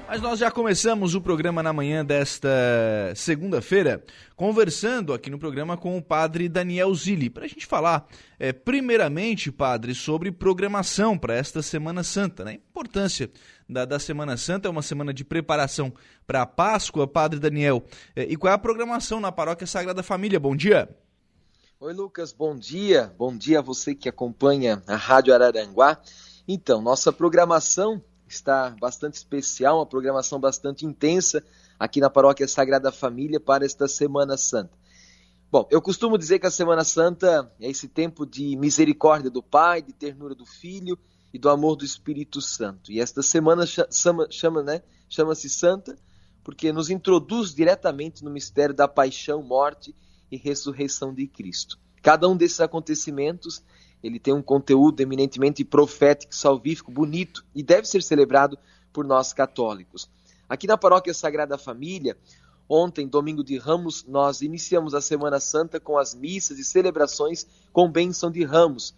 Mas nós já começamos o programa na manhã desta segunda-feira, conversando aqui no programa com o padre Daniel Zilli, para a gente falar, primeiramente, padre, sobre programação para esta Semana Santa, né? A importância da Semana Santa, é uma semana de preparação para a Páscoa, padre Daniel. E qual é a programação na Paróquia Sagrada Família? Bom dia. Oi, Lucas, bom dia. Bom dia a você que acompanha a Rádio Araranguá. Então, nossa programação está bastante especial, uma programação bastante intensa aqui na Paróquia Sagrada Família para esta Semana Santa. Bom, eu costumo dizer que a Semana Santa é esse tempo de misericórdia do Pai, de ternura do Filho e do amor do Espírito Santo. E esta semana chama-se Santa porque nos introduz diretamente no mistério da paixão, morte e ressurreição de Cristo. Cada um desses acontecimentos ele tem um conteúdo eminentemente profético, salvífico, bonito e deve ser celebrado por nós católicos. Aqui na Paróquia Sagrada Família, ontem, domingo de Ramos, nós iniciamos a Semana Santa com as missas e celebrações com bênção de ramos.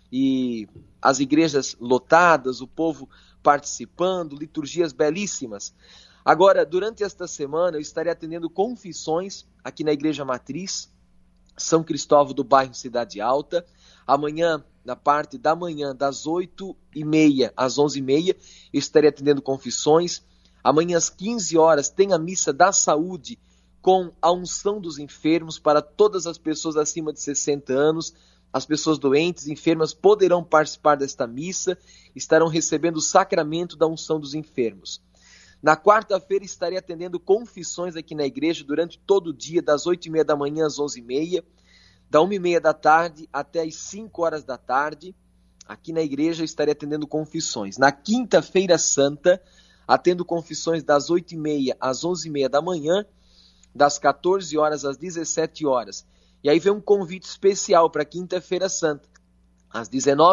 E as igrejas lotadas, o povo participando, liturgias belíssimas. Agora, durante esta semana, eu estarei atendendo confissões aqui na Igreja Matriz, São Cristóvão do bairro Cidade Alta. Amanhã, na parte da manhã, das 8h30 às 11h30, eu estarei atendendo confissões. Amanhã, às 15 horas, tem a missa da saúde com a unção dos enfermos para todas as pessoas acima de 60 anos. As pessoas doentes, enfermas, poderão participar desta missa, estarão recebendo o sacramento da unção dos enfermos. Na quarta-feira, estarei atendendo confissões aqui na igreja durante todo o dia, das 8h30 da manhã às 11h30, da 1h30 da tarde até às 5 horas da tarde. Aqui na igreja, estarei atendendo confissões. Na quinta-feira santa, atendo confissões das 8h30 às 11h30 da manhã, das 14 horas às 17 horas. E aí vem um convite especial para quinta-feira santa. Às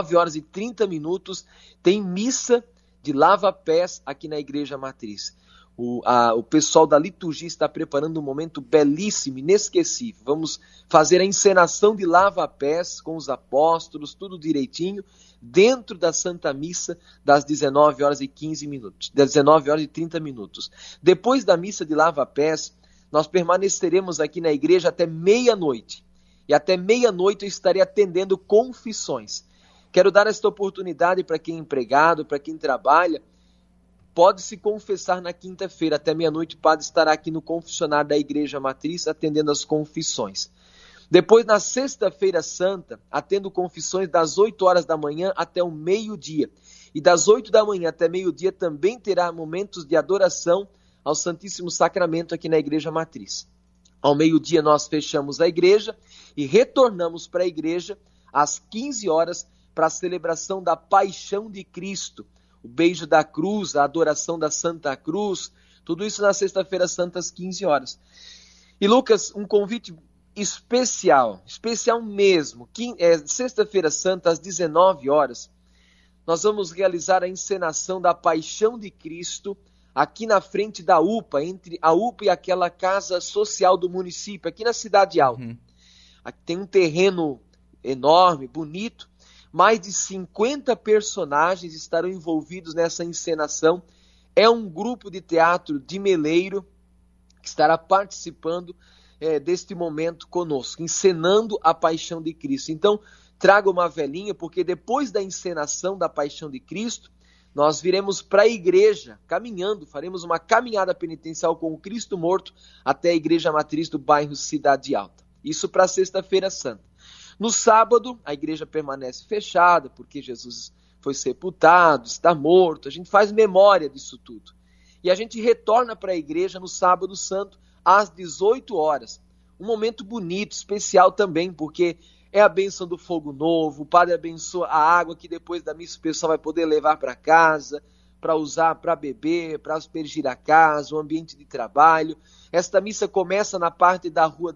19h30, tem missa de lava-pés aqui na Igreja Matriz. O pessoal da liturgia está preparando um momento belíssimo, inesquecível. Vamos fazer a encenação de lava-pés com os apóstolos, tudo direitinho, dentro da Santa Missa das 19h30. Depois da missa de lava-pés, nós permaneceremos aqui na igreja até meia-noite. E até meia-noite eu estarei atendendo confissões. Quero dar esta oportunidade para quem é empregado, para quem trabalha. Pode se confessar na quinta-feira. Até meia-noite o padre estará aqui no confessionário da Igreja Matriz atendendo as confissões. Depois, na sexta-feira santa, atendo confissões das 8 horas da manhã até o meio-dia. E das 8 da manhã até meio-dia também terá momentos de adoração ao Santíssimo Sacramento aqui na Igreja Matriz. Ao meio-dia nós fechamos a igreja e retornamos para a igreja às 15 horas para a celebração da Paixão de Cristo, o beijo da cruz, a adoração da Santa Cruz, tudo isso na sexta-feira santa às 15 horas. E Lucas, um convite especial mesmo, sexta-feira santa às 19 horas, nós vamos realizar a encenação da Paixão de Cristo aqui na frente da UPA, entre a UPA e aquela casa social do município, aqui na Cidade Alta. Aqui tem um terreno enorme, bonito, mais de 50 personagens estarão envolvidos nessa encenação. É um grupo de teatro de Meleiro que estará participando deste momento conosco, encenando a Paixão de Cristo. Então, traga uma velinha, porque depois da encenação da Paixão de Cristo, nós viremos para a igreja, caminhando, faremos uma caminhada penitencial com o Cristo morto até a Igreja Matriz do bairro Cidade Alta. Isso para sexta-feira santa. No sábado, a igreja permanece fechada, porque Jesus foi sepultado, está morto. A gente faz memória disso tudo. E a gente retorna para a igreja no sábado santo, às 18 horas. Um momento bonito, especial também, porque é a bênção do fogo novo, o padre abençoa a água que depois da missa o pessoal vai poder levar para casa, para usar, para beber, para aspergir a casa, o ambiente de trabalho. Esta missa começa na parte da rua,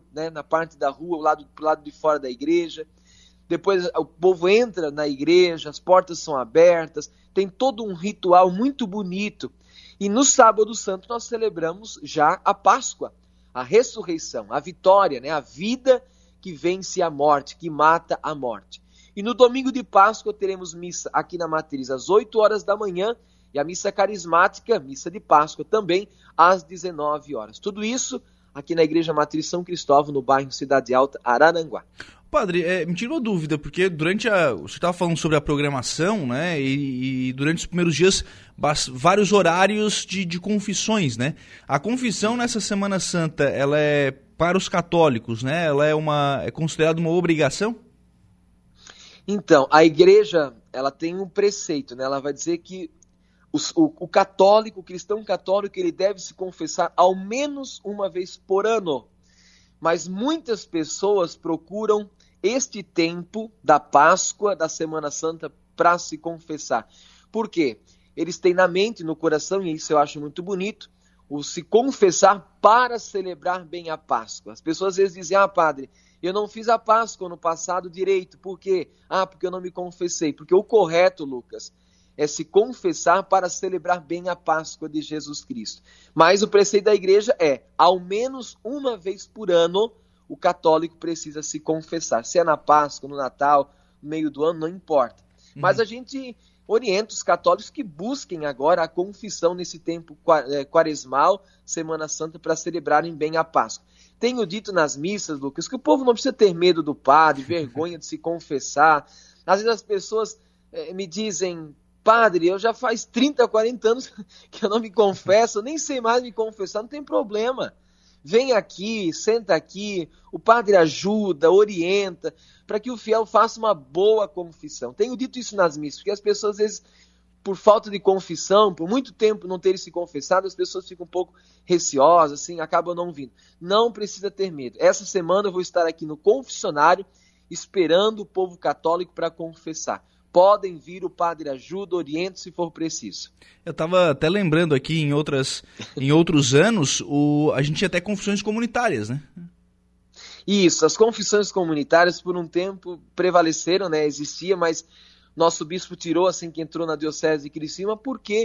pro lado de fora da igreja. Depois o povo entra na igreja, as portas são abertas, tem todo um ritual muito bonito. E no sábado santo nós celebramos já a Páscoa, a ressurreição, a vitória, a vida que vence a morte, que mata a morte. E no domingo de Páscoa teremos missa aqui na Matriz às 8 horas da manhã E a missa carismática, missa de Páscoa, também às 19 horas. Tudo isso aqui na Igreja Matriz São Cristóvão, no bairro Cidade Alta, Araranguá. Padre, me tira uma dúvida, porque você estava falando sobre a programação, né, e durante os primeiros dias, vários horários de confissões, né? A confissão nessa Semana Santa, ela é para os católicos, né? Ela é considerada uma obrigação? Então, a igreja, ela tem um preceito, né? Ela vai dizer que o católico, o cristão católico, ele deve se confessar ao menos uma vez por ano. Mas muitas pessoas procuram este tempo da Páscoa, da Semana Santa, para se confessar. Por quê? Eles têm na mente, no coração, e isso eu acho muito bonito, o se confessar para celebrar bem a Páscoa. As pessoas às vezes dizem, padre, eu não fiz a Páscoa no passado direito. Por quê? Porque eu não me confessei. Porque o correto, Lucas, é se confessar para celebrar bem a Páscoa de Jesus Cristo. Mas o preceito da igreja é, ao menos uma vez por ano, o católico precisa se confessar. Se é na Páscoa, no Natal, no meio do ano, não importa. Mas a gente orienta os católicos que busquem agora a confissão nesse tempo quaresmal, Semana Santa, para celebrarem bem a Páscoa. Tenho dito nas missas, Lucas, que o povo não precisa ter medo do padre, vergonha de se confessar. Às vezes as pessoas me dizem, padre, eu já faz 30, 40 anos que eu não me confesso, eu nem sei mais me confessar, não tem problema. Vem aqui, senta aqui, o padre ajuda, orienta, para que o fiel faça uma boa confissão. Tenho dito isso nas missas, porque as pessoas, às vezes, por falta de confissão, por muito tempo não terem se confessado, as pessoas ficam um pouco receosas, assim, acabam não vindo. Não precisa ter medo. Essa semana eu vou estar aqui no confessionário, esperando o povo católico para confessar. Podem vir, o padre ajuda, orienta se for preciso. Eu estava até lembrando aqui em outros anos, a gente tinha até confissões comunitárias, né? Isso, as confissões comunitárias por um tempo prevaleceram, né? Existia, mas nosso bispo tirou assim que entrou na Diocese de Criciúma, porque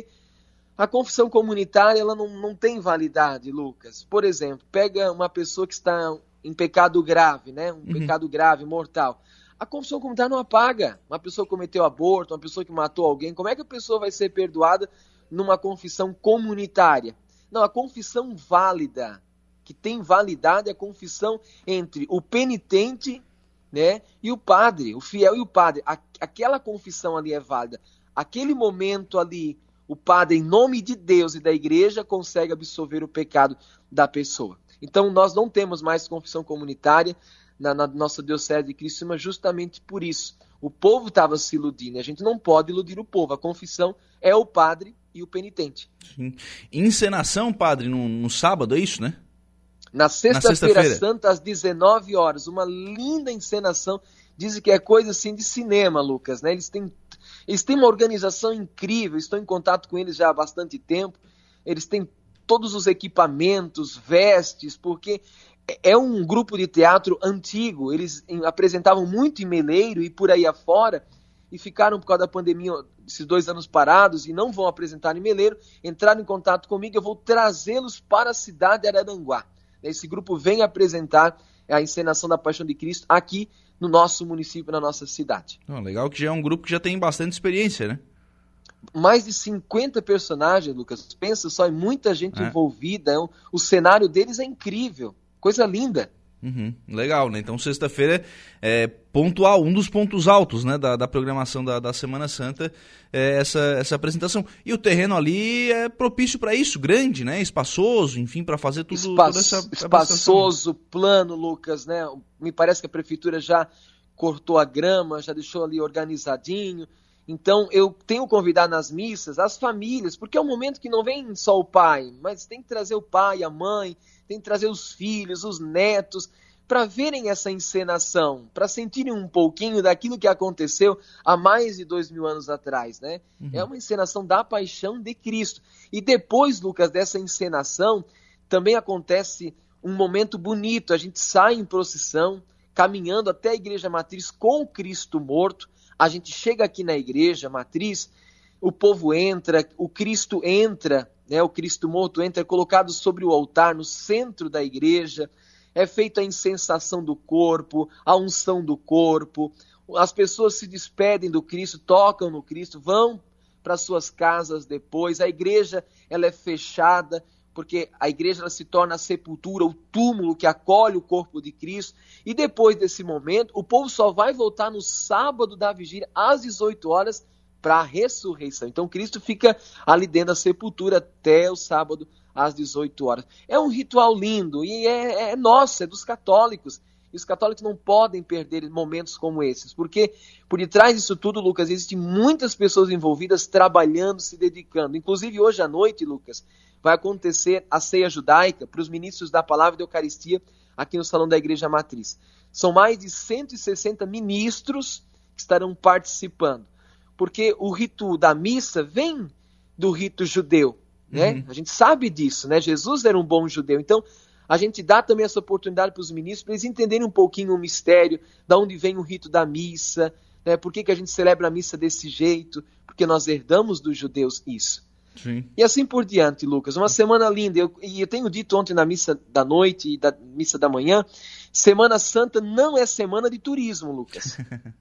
a confissão comunitária ela não tem validade, Lucas. Por exemplo, pega uma pessoa que está em pecado grave, né? Pecado grave, mortal. A confissão comunitária não apaga. Uma pessoa que cometeu aborto, uma pessoa que matou alguém, como é que a pessoa vai ser perdoada numa confissão comunitária? Não, a confissão válida, que tem validade, é a confissão entre o penitente, né, e o padre, o fiel e o padre. Aquela confissão ali é válida. Aquele momento ali, o padre, em nome de Deus e da igreja, consegue absolver o pecado da pessoa. Então, nós não temos mais confissão comunitária na nossa Diocese de Criciúma justamente por isso. O povo estava se iludindo, a gente não pode iludir o povo. A confissão é o padre e o penitente. Sim. Encenação, padre, no sábado, é isso, né? Na sexta-feira santa, às 19 horas, uma linda encenação. Dizem que é coisa assim de cinema, Lucas, né? Eles têm uma organização incrível, estou em contato com eles já há bastante tempo. Eles têm todos os equipamentos, vestes, porque é um grupo de teatro antigo. Eles apresentavam muito em Meleiro e por aí afora, e ficaram, por causa da pandemia, esses 2 anos parados e não vão apresentar em Meleiro. Entraram em contato comigo, eu vou trazê-los para a cidade de Araranguá. Esse grupo vem apresentar a encenação da Paixão de Cristo aqui no nosso município, na nossa cidade. Legal que já é um grupo que já tem bastante experiência, né? Mais de 50 personagens, Lucas. Pensa só, é muita gente envolvida. O cenário deles é incrível. Coisa linda. Legal, né? Então sexta-feira é pontual, um dos pontos altos, né, da programação da Semana Santa, essa apresentação. E o terreno ali é propício para isso, grande, né? Espaçoso, enfim, para fazer tudo. Toda essa espaçoso, plano, Lucas, né? Me parece que a prefeitura já cortou a grama, já deixou ali organizadinho. Então eu tenho convidado nas missas as famílias, porque é um momento que não vem só o pai, mas tem que trazer o pai, a mãe, tem que trazer os filhos, os netos, para verem essa encenação, para sentirem um pouquinho daquilo que aconteceu há mais de 2000 anos atrás, né? É uma encenação da Paixão de Cristo. E depois, Lucas, dessa encenação, também acontece um momento bonito. A gente sai em procissão, caminhando até a Igreja Matriz com o Cristo morto. A gente chega aqui na Igreja Matriz, o povo entra, o Cristo entra, né? O Cristo morto entra, colocado sobre o altar, no centro da igreja. É feita a incensação do corpo, a unção do corpo. As pessoas se despedem do Cristo, tocam no Cristo, vão para suas casas depois. A igreja, ela é fechada, porque a igreja ela se torna a sepultura, o túmulo que acolhe o corpo de Cristo. E depois desse momento, o povo só vai voltar no sábado da vigília, às 18 horas, para a ressurreição. Então Cristo fica ali dentro da sepultura até o sábado às 18 horas. É um ritual lindo e é nosso, é dos católicos. E os católicos não podem perder momentos como esses, porque por detrás disso tudo, Lucas, existem muitas pessoas envolvidas trabalhando, se dedicando. Inclusive hoje à noite, Lucas, vai acontecer a ceia judaica para os ministros da Palavra da Eucaristia aqui no Salão da Igreja Matriz. São mais de 160 ministros que estarão participando, porque o rito da missa vem do rito judeu, né? A gente sabe disso, né? Jesus era um bom judeu, então a gente dá também essa oportunidade para os ministros, para eles entenderem um pouquinho o mistério, de onde vem o rito da missa, né? Por que a gente celebra a missa desse jeito, porque nós herdamos dos judeus isso. Sim. E assim por diante, Lucas. Uma semana linda. Eu tenho dito ontem na missa da noite e da missa da manhã, Semana Santa não é semana de turismo, Lucas.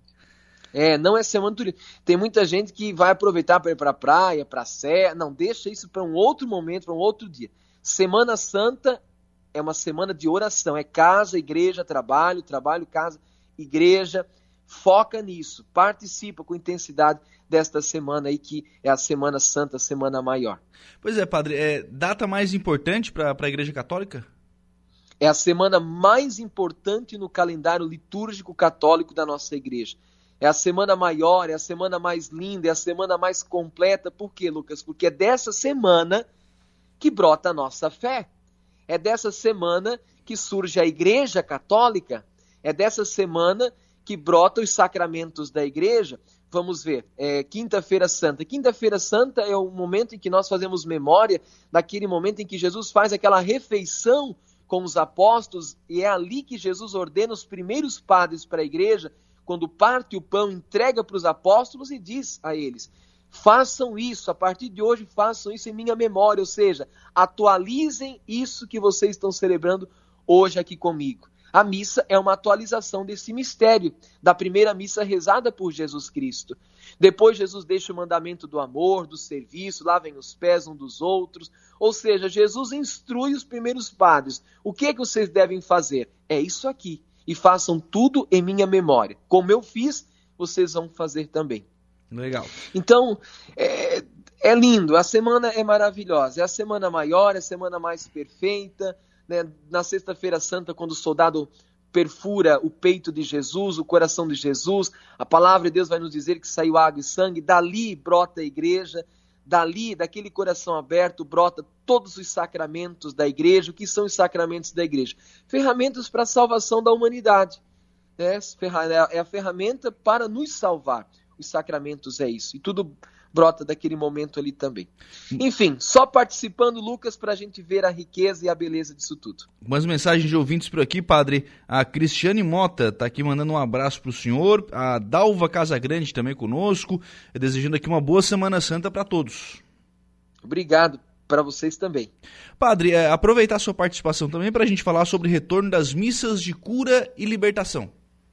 Não é semana de turismo. Tem muita gente que vai aproveitar para ir para a praia, para a serra. Não, deixa isso para um outro momento, para um outro dia. Semana Santa é uma semana de oração. É casa, igreja, trabalho, casa, igreja. Foca nisso. Participa com intensidade desta semana aí, que é a Semana Santa, a Semana Maior. Pois é, padre. Data mais importante para a Igreja Católica? É a semana mais importante no calendário litúrgico católico da nossa igreja. É a semana maior, é a semana mais linda, é a semana mais completa. Por quê, Lucas? Porque é dessa semana que brota a nossa fé. É dessa semana que surge a Igreja Católica. É dessa semana que brotam os sacramentos da igreja. Vamos ver, Quinta-feira Santa. Quinta-feira Santa é o momento em que nós fazemos memória daquele momento em que Jesus faz aquela refeição com os apóstolos, e é ali que Jesus ordena os primeiros padres para a igreja, quando parte o pão, entrega para os apóstolos e diz a eles: façam isso, a partir de hoje façam isso em minha memória, ou seja, atualizem isso que vocês estão celebrando hoje aqui comigo. A missa é uma atualização desse mistério, da primeira missa rezada por Jesus Cristo. Depois Jesus deixa o mandamento do amor, do serviço, lavem os pés um dos outros. Ou seja, Jesus instrui os primeiros padres. O que é que vocês devem fazer? É isso aqui. E façam tudo em minha memória. Como eu fiz, vocês vão fazer também. Legal. Então, é lindo. A semana é maravilhosa. É a semana maior, é a semana mais perfeita. Né? Na Sexta-feira Santa, quando o soldado perfura o peito de Jesus, o coração de Jesus, a palavra de Deus vai nos dizer que saiu água e sangue, dali brota a igreja, dali, daquele coração aberto, brota todos os sacramentos da igreja. O que são os sacramentos da igreja? Ferramentas para a salvação da humanidade. Né? É a ferramenta para nos salvar. Os sacramentos é isso. E tudo brota daquele momento ali também. Enfim, só participando, Lucas, para a gente ver a riqueza e a beleza disso tudo. Umas mensagens de ouvintes por aqui, padre. A Cristiane Mota está aqui mandando um abraço para o senhor. A Dalva Casagrande também conosco, desejando aqui uma boa Semana Santa para todos. Obrigado, para vocês também. Padre, aproveitar a sua participação também para a gente falar sobre o retorno das missas de cura e libertação.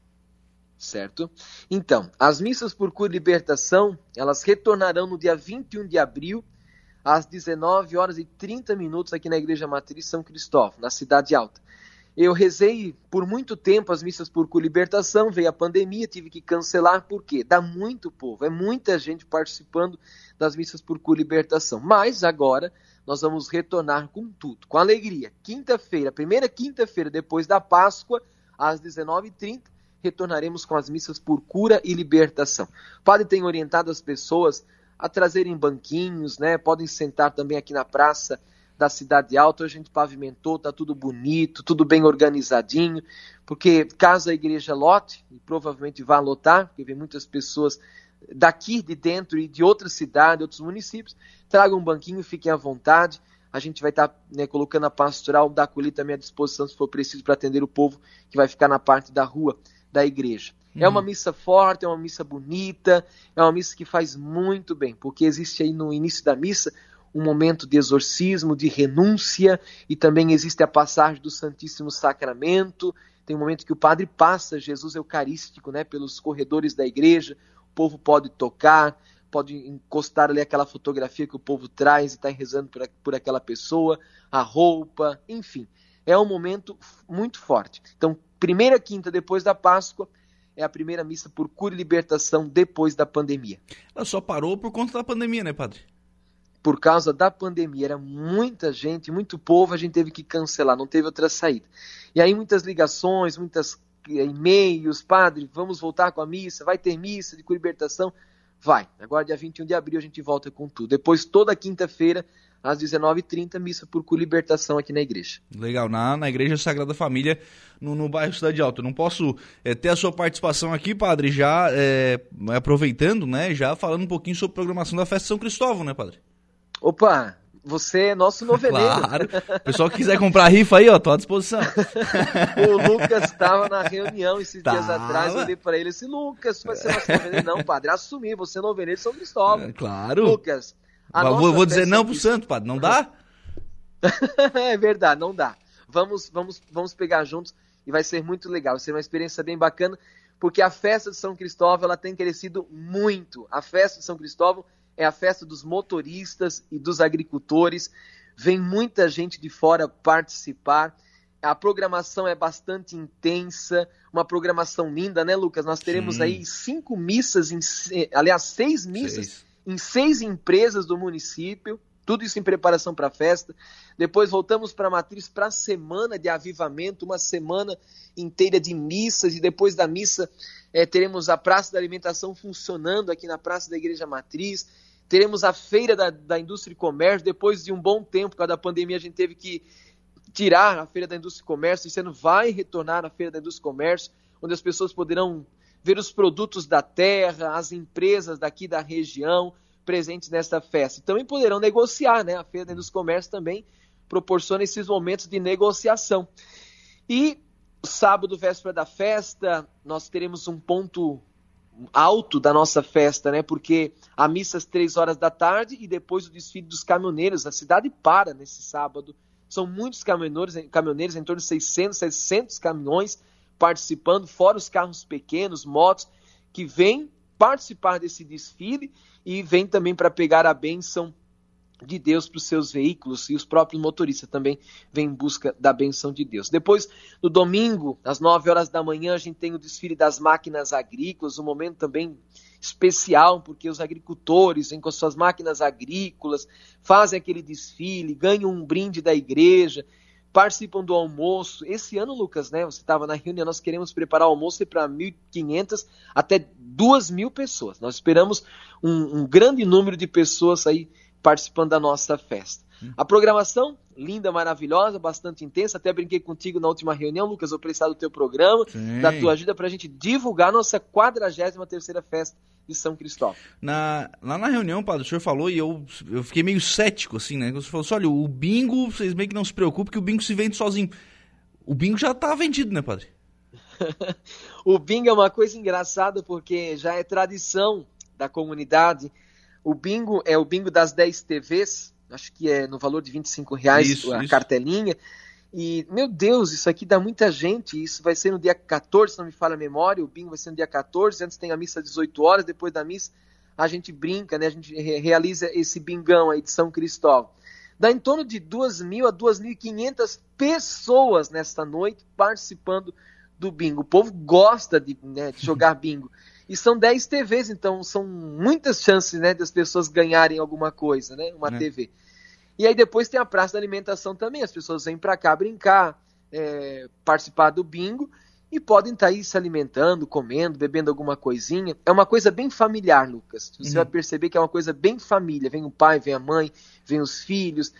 Certo? Então, as missas por cura e libertação, elas retornarão no dia 21 de abril, às 19 horas e 30 minutos, aqui na Igreja Matriz São Cristóvão, na Cidade Alta. Eu rezei por muito tempo as missas por cura e libertação, veio a pandemia, tive que cancelar, por quê? Dá muito povo, é muita gente participando das missas por cura e libertação. Mas agora nós vamos retornar com tudo, com alegria. Quinta-feira, primeira quinta-feira depois da Páscoa, às 19h30, retornaremos com as missas por cura e libertação. O padre tem orientado as pessoas a trazerem banquinhos, né? Podem sentar também aqui na praça da Cidade Alta. A gente pavimentou, está tudo bonito, tudo bem organizadinho, porque caso a igreja lote, e provavelmente vai lotar, porque vem muitas pessoas daqui de dentro e de outras cidades, outros municípios, tragam um banquinho, fiquem à vontade. A gente vai estar colocando a pastoral da acolhida também à disposição, se for preciso, para atender o povo que vai ficar na parte da rua da igreja. É uma missa forte, é uma missa bonita, é uma missa que faz muito bem, porque existe aí no início da missa um momento de exorcismo, de renúncia, e também existe a passagem do Santíssimo Sacramento. Tem um momento que o padre passa Jesus Eucarístico, né, pelos corredores da igreja, o povo pode tocar, pode encostar ali aquela fotografia que o povo traz e está rezando por aquela pessoa, a roupa, enfim. É um momento muito forte. Então, primeira quinta depois da Páscoa é a primeira missa por cura e libertação depois da pandemia. Ela só parou por conta da pandemia, né, padre? Por causa da pandemia, era muita gente, muito povo, a gente teve que cancelar, não teve outra saída. E aí muitas ligações, muitos e-mails, padre, vamos voltar com a missa, vai ter missa de cura e libertação? Vai. Agora, dia 21 de abril, a gente volta com tudo. Depois, toda quinta-feira, às 19h30, missa por cura e libertação aqui na igreja. Legal, na Igreja Sagrada Família, no bairro Cidade Alta. Não posso ter a sua participação aqui, padre, já aproveitando, né, já falando um pouquinho sobre a programação da Festa de São Cristóvão, né, padre? Opa, você é nosso noveleiro. Claro, o pessoal que quiser comprar rifa aí, ó, tô à disposição. O Lucas estava na reunião esses dias atrás, eu olhei para ele e disse, Lucas, vai ser nosso noveleiro? Não, padre, assumi, você é noveleiro de São Cristóvão. Claro. Lucas, vou dizer não pro santo, padre, não dá? É verdade, não dá. Vamos pegar juntos e vai ser muito legal, vai ser uma experiência bem bacana, porque a festa de São Cristóvão, ela tem crescido muito. A festa de São Cristóvão é a festa dos motoristas e dos agricultores. Vem muita gente de fora participar. A programação é bastante intensa, uma programação linda, né, Lucas? Nós teremos aí 5 missas, 6 missas em 6 empresas do município. Tudo isso em preparação para a festa. Depois voltamos para a matriz para a semana de avivamento, uma semana inteira de missas. E depois da missa teremos a Praça da Alimentação funcionando aqui na Praça da Igreja Matriz. Teremos a Feira da Indústria e Comércio. Depois de um bom tempo, por causa da pandemia, a gente teve que tirar a Feira da Indústria e Comércio. Esse ano vai retornar a Feira da Indústria e Comércio, onde as pessoas poderão ver os produtos da terra, as empresas daqui da região presentes nesta festa. E também poderão negociar, né? A Feira da Indústria e Comércio também proporciona esses momentos de negociação. E sábado, véspera da festa, nós teremos um ponto alto da nossa festa, né? Porque a missa às 3 horas da tarde e depois o desfile dos caminhoneiros. A cidade para nesse sábado. São muitos caminhoneiros, em torno de 600, 700 caminhões participando, fora os carros pequenos, motos, que vêm participar desse desfile e vêm também para pegar a bênção de Deus para os seus veículos, e os próprios motoristas também vêm em busca da bênção de Deus. Depois, no domingo, às 9 horas da manhã, a gente tem o desfile das máquinas agrícolas, um momento também especial, porque os agricultores vêm com as suas máquinas agrícolas, fazem aquele desfile, ganham um brinde da igreja, participam do almoço. Esse ano, Lucas, né, você estava na reunião, nós queremos preparar o almoço para 1.500 até 2.000 pessoas. Nós esperamos um grande número de pessoas aí participando da nossa festa. A programação, linda, maravilhosa, bastante intensa. Até brinquei contigo na última reunião, Lucas, vou precisar do teu programa, da tua ajuda para a gente divulgar a nossa 43ª festa de São Cristóvão. Lá na reunião, padre, o senhor falou e eu fiquei meio cético, assim, né? Você falou assim, olha, o bingo, vocês meio que não se preocupem que o bingo se vende sozinho. O bingo já tá vendido, né, padre? O bingo é uma coisa engraçada porque já é tradição da comunidade. O bingo é o bingo das 10 TVs, acho que é no valor de R$25 isso. Cartelinha. E, meu Deus, isso aqui dá muita gente. Isso vai ser no dia 14, se não me falha a memória. O bingo vai ser no dia 14, antes tem a missa às 18 horas. Depois da missa a gente brinca, né? A gente realiza esse bingão aí de São Cristóvão. Dá em torno de 2.000 a 2.500 pessoas nesta noite participando do bingo. O povo gosta de jogar bingo. E são 10 TVs, então são muitas chances, né, das pessoas ganharem alguma coisa, né, uma TV. E aí depois tem a Praça da Alimentação também, as pessoas vêm para cá brincar, participar do bingo e podem estar aí se alimentando, comendo, bebendo alguma coisinha. É uma coisa bem familiar, Lucas. Você vai perceber que é uma coisa bem família. Vem o pai, vem a mãe, vem os filhos.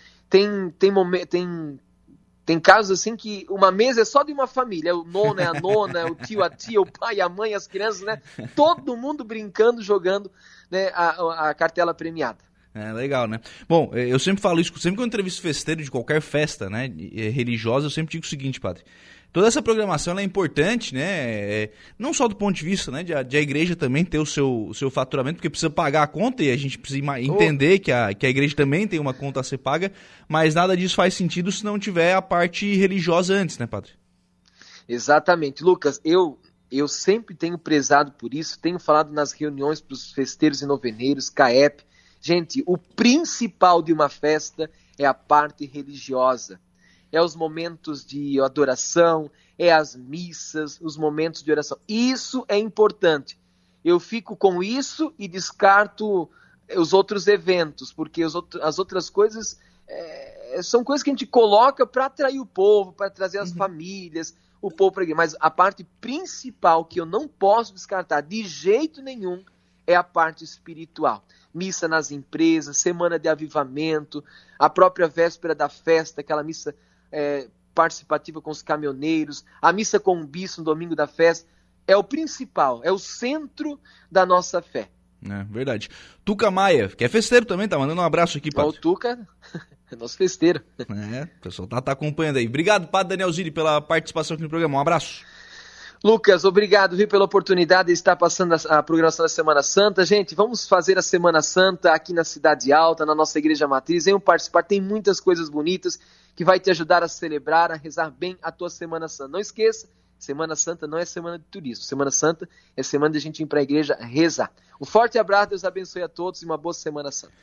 Tem casos assim que uma mesa é só de uma família, é o nono, é a nona, é o tio, a tia, o pai, a mãe, as crianças, né? Todo mundo brincando, jogando, né, a cartela premiada. É legal, né? Bom, eu sempre falo isso, sempre que eu entrevisto festeiro de qualquer festa, né, religiosa, eu sempre digo o seguinte, padre. Toda essa programação ela é importante, né? Não só do ponto de vista, né, de a igreja também ter o seu faturamento, porque precisa pagar a conta e a gente precisa entender que a igreja também tem uma conta a ser paga, mas nada disso faz sentido se não tiver a parte religiosa antes, né, padre? Exatamente. Lucas, eu eu sempre tenho prezado por isso, tenho falado nas reuniões para os festeiros e noveneiros, CAEP. Gente, o principal de uma festa é a parte religiosa. É os momentos de adoração, é as missas, os momentos de oração. Isso é importante. Eu fico com isso e descarto os outros eventos, porque as outras coisas são coisas que a gente coloca para atrair o povo, para trazer as famílias, o povo para a igreja. Mas a parte principal que eu não posso descartar de jeito nenhum é a parte espiritual. Missa nas empresas, semana de avivamento, a própria véspera da festa, aquela missa participativa com os caminhoneiros, a missa com o bispo no domingo da festa, é o principal, é o centro da nossa fé. É verdade. Tuca Maia, que é festeiro também, tá mandando um abraço aqui, padre. O Tuca é nosso festeiro. O pessoal tá acompanhando aí. Obrigado, padre Daniel Zilli, pela participação aqui no programa. Um abraço. Lucas, obrigado, pela oportunidade de estar passando a programação da Semana Santa. Gente, vamos fazer a Semana Santa aqui na Cidade Alta, na nossa Igreja Matriz. Venham participar, tem muitas coisas bonitas que vai te ajudar a celebrar, a rezar bem a tua Semana Santa. Não esqueça, Semana Santa não é semana de turismo. Semana Santa é semana de a gente ir para a igreja rezar. Um forte abraço, Deus abençoe a todos e uma boa Semana Santa.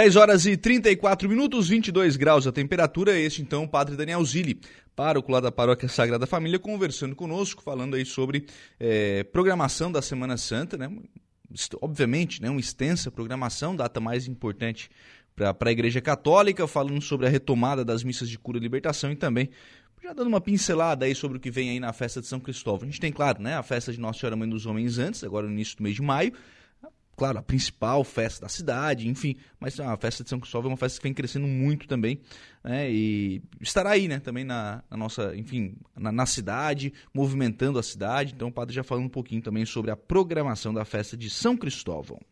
10h34, 22 graus a temperatura. Este, então, o padre Daniel Zilli, pároco lá da Paróquia Sagrada Família, conversando conosco, falando aí sobre programação da Semana Santa, né? Obviamente, né, uma extensa programação, data mais importante para a Igreja Católica, falando sobre a retomada das missas de cura e libertação e também já dando uma pincelada aí sobre o que vem aí na festa de São Cristóvão. A gente tem, claro, né, a festa de Nossa Senhora Mãe dos Homens antes, agora no início do mês de maio. Claro, a principal festa da cidade, enfim. Mas a festa de São Cristóvão é uma festa que vem crescendo muito também, né, e estará aí, né, também na nossa, enfim, na cidade, movimentando a cidade. Então o padre já falando um pouquinho também sobre a programação da festa de São Cristóvão.